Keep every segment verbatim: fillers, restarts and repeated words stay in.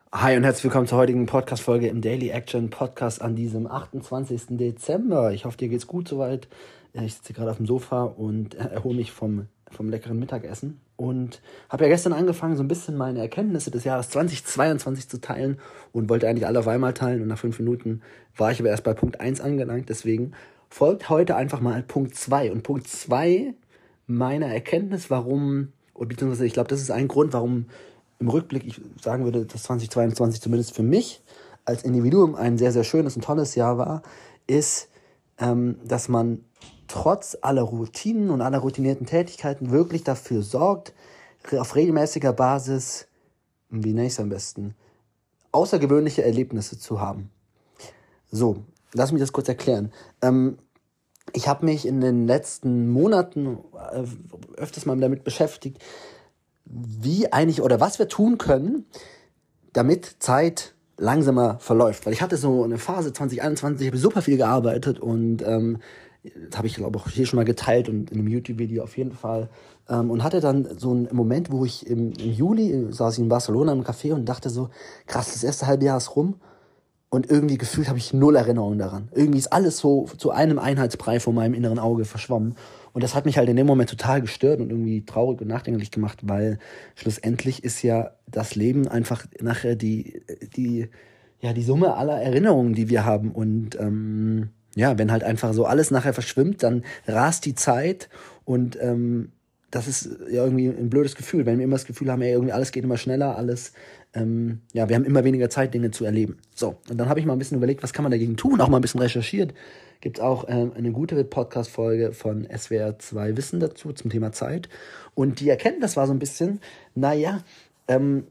Hi und herzlich willkommen zur heutigen Podcast-Folge im Daily Action Podcast an diesem achtundzwanzigsten Dezember. Ich hoffe, dir geht's gut soweit. Ich sitze gerade auf dem Sofa und erhole mich vom, vom leckeren Mittagessen und habe ja gestern angefangen, so ein bisschen meine Erkenntnisse des Jahres zweitausendzweiundzwanzig zu teilen und wollte eigentlich alle auf einmal teilen und nach fünf Minuten war ich aber erst bei Punkt eins angelangt. Deswegen folgt heute einfach mal Punkt zwei. Und Punkt zwei meiner Erkenntnis, warum, oder beziehungsweise ich glaube, das ist ein Grund, warum im Rückblick ich sagen würde, dass zweitausendzweiundzwanzig zumindest für mich als Individuum ein sehr, sehr schönes und tolles Jahr war, ist, ähm, dass man trotz aller Routinen und aller routinierten Tätigkeiten wirklich dafür sorgt, auf regelmäßiger Basis, wie nenne ich es am besten, außergewöhnliche Erlebnisse zu haben. So, lass mich das kurz erklären. Ähm, ich habe mich in den letzten Monaten äh, öfters mal damit beschäftigt, wie eigentlich oder was wir tun können, damit Zeit langsamer verläuft. Weil ich hatte so eine Phase zwanzig einundzwanzig, ich habe super viel gearbeitet und ähm, das habe ich, glaube ich, auch hier schon mal geteilt und in einem YouTube-Video auf jeden Fall. Ähm, und hatte dann so einen Moment, wo ich im, im Juli saß ich in Barcelona im Café und dachte so, krass, das erste halbe Jahr ist rum. Und irgendwie gefühlt habe ich null Erinnerungen daran. Irgendwie ist alles so zu einem Einheitsbrei vor meinem inneren Auge verschwommen. Und das hat mich halt in dem Moment total gestört und irgendwie traurig und nachdenklich gemacht, weil schlussendlich ist ja das Leben einfach nachher die, die, ja, die Summe aller Erinnerungen, die wir haben. Und ähm, ja, wenn halt einfach so alles nachher verschwimmt, dann rast die Zeit und ähm, das ist ja irgendwie ein blödes Gefühl, wenn wir immer das Gefühl haben, ey, irgendwie alles geht immer schneller, alles, ähm, ja, wir haben immer weniger Zeit, Dinge zu erleben. So, und dann habe ich mal ein bisschen überlegt, was kann man dagegen tun, auch mal ein bisschen recherchiert. Gibt es auch ähm, eine gute Podcast-Folge von S W R zwei Wissen dazu zum Thema Zeit. Und die Erkenntnis war so ein bisschen, naja, ähm,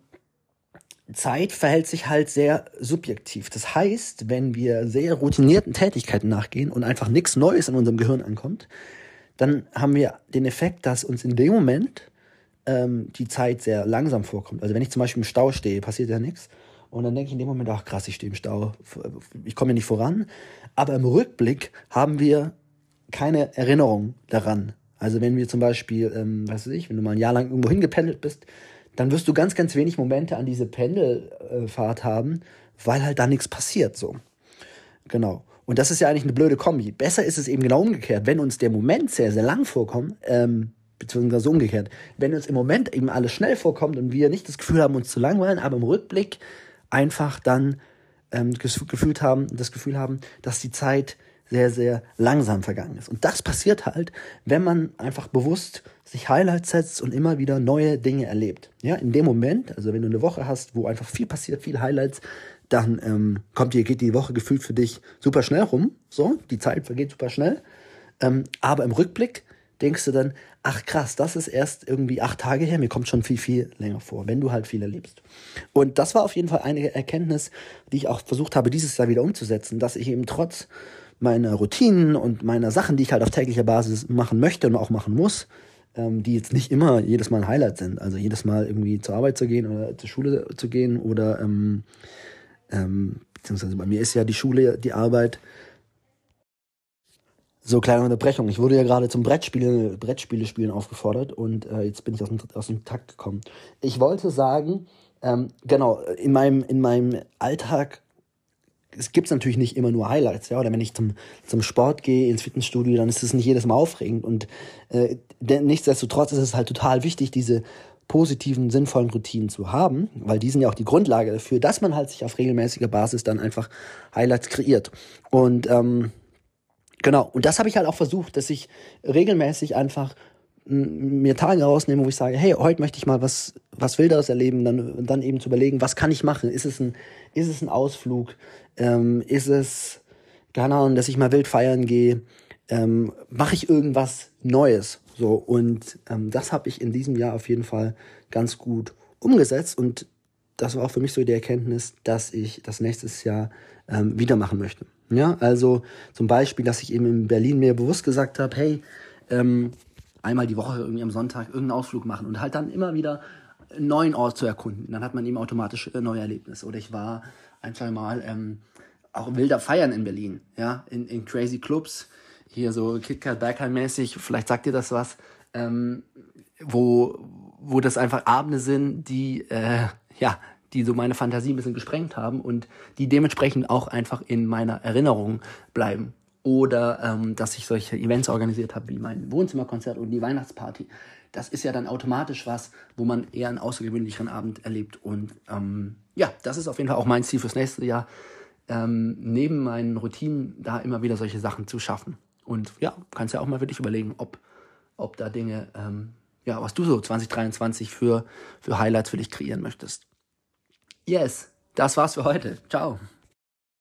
Zeit verhält sich halt sehr subjektiv. Das heißt, wenn wir sehr routinierten Tätigkeiten nachgehen und einfach nichts Neues in unserem Gehirn ankommt, dann haben wir den Effekt, dass uns in dem Moment ähm, die Zeit sehr langsam vorkommt. Also wenn ich zum Beispiel im Stau stehe, passiert ja nichts. Und dann denke ich in dem Moment, ach krass, ich stehe im Stau, ich komme ja nicht voran. Aber im Rückblick haben wir keine Erinnerung daran. Also wenn wir zum Beispiel, ähm, was weiß ich, wenn du mal ein Jahr lang irgendwo hingependelt bist, dann wirst du ganz, ganz wenig Momente an diese Pendelfahrt haben, weil halt da nichts passiert, so. Genau. Und das ist ja eigentlich eine blöde Kombi. Besser ist es eben genau umgekehrt. Wenn uns der Moment sehr, sehr lang vorkommt, ähm, beziehungsweise umgekehrt, wenn uns im Moment eben alles schnell vorkommt und wir nicht das Gefühl haben, uns zu langweilen, aber im Rückblick einfach dann ähm, gefühlt haben, das Gefühl haben, dass die Zeit sehr, sehr langsam vergangen ist. Und das passiert halt, wenn man einfach bewusst sich Highlights setzt und immer wieder neue Dinge erlebt. Ja, in dem Moment, also wenn du eine Woche hast, wo einfach viel passiert, viele Highlights, dann ähm, kommt die, geht die Woche gefühlt für dich super schnell rum. So, die Zeit vergeht super schnell. Ähm, aber im Rückblick denkst du dann, ach krass, das ist erst irgendwie acht Tage her, mir kommt schon viel, viel länger vor, wenn du halt viel erlebst. Und das war auf jeden Fall eine Erkenntnis, die ich auch versucht habe, dieses Jahr wieder umzusetzen, dass ich eben trotz meiner Routinen und meiner Sachen, die ich halt auf täglicher Basis machen möchte und auch machen muss, ähm, die jetzt nicht immer jedes Mal ein Highlight sind. Also jedes Mal irgendwie zur Arbeit zu gehen oder zur Schule zu gehen oder ähm, ähm, beziehungsweise bei mir ist ja die Schule, die Arbeit. So, kleine Unterbrechung. Ich wurde ja gerade zum Brettspiele, Brettspiele spielen aufgefordert und äh, jetzt bin ich aus dem, aus dem Takt gekommen. Ich wollte sagen, ähm, genau, in meinem, in meinem Alltag es gibt natürlich nicht immer nur Highlights, ja, oder wenn ich zum, zum Sport gehe, ins Fitnessstudio, dann ist es nicht jedes Mal aufregend und äh, denn nichtsdestotrotz ist es halt total wichtig, diese positiven, sinnvollen Routinen zu haben, weil die sind ja auch die Grundlage dafür, dass man halt sich auf regelmäßiger Basis dann einfach Highlights kreiert. Und ähm, genau, und das habe ich halt auch versucht, dass ich regelmäßig einfach m, mir Tage rausnehme, wo ich sage, hey, heute möchte ich mal was was Wilderes erleben, dann dann eben zu überlegen, was kann ich machen? Ist es ein ist es ein Ausflug? Ähm, ist es, keine Ahnung, dass ich mal wild feiern gehe? Ähm, mache ich irgendwas Neues? So, und ähm, das habe ich in diesem Jahr auf jeden Fall ganz gut umgesetzt und das war auch für mich so die Erkenntnis, dass ich das nächstes Jahr ähm, wieder machen möchte. Ja, also zum Beispiel, dass ich eben in Berlin mir bewusst gesagt habe, hey, ähm, einmal die Woche irgendwie am Sonntag irgendeinen Ausflug machen und halt dann immer wieder einen neuen Ort zu erkunden. Dann hat man eben automatisch äh, neue Erlebnisse. Oder ich war ein, zwei Mal ähm, auch wilder feiern in Berlin, ja, in, in crazy Clubs, hier so KitKat Berghain-mäßig, vielleicht sagt ihr das was, ähm, wo, wo das einfach Abende sind, die, äh, ja, die so meine Fantasie ein bisschen gesprengt haben und die dementsprechend auch einfach in meiner Erinnerung bleiben. Oder ähm, dass ich solche Events organisiert habe, wie mein Wohnzimmerkonzert und die Weihnachtsparty. Das ist ja dann automatisch was, wo man eher einen außergewöhnlicheren Abend erlebt. Und ähm, ja, das ist auf jeden Fall auch mein Ziel fürs nächste Jahr, ähm, neben meinen Routinen da immer wieder solche Sachen zu schaffen. Und ja, kannst ja auch mal für dich überlegen, ob, ob da Dinge, ähm, ja, was du so zwanzig dreiundzwanzig für, für Highlights für dich kreieren möchtest. Yes, das war's für heute. Ciao.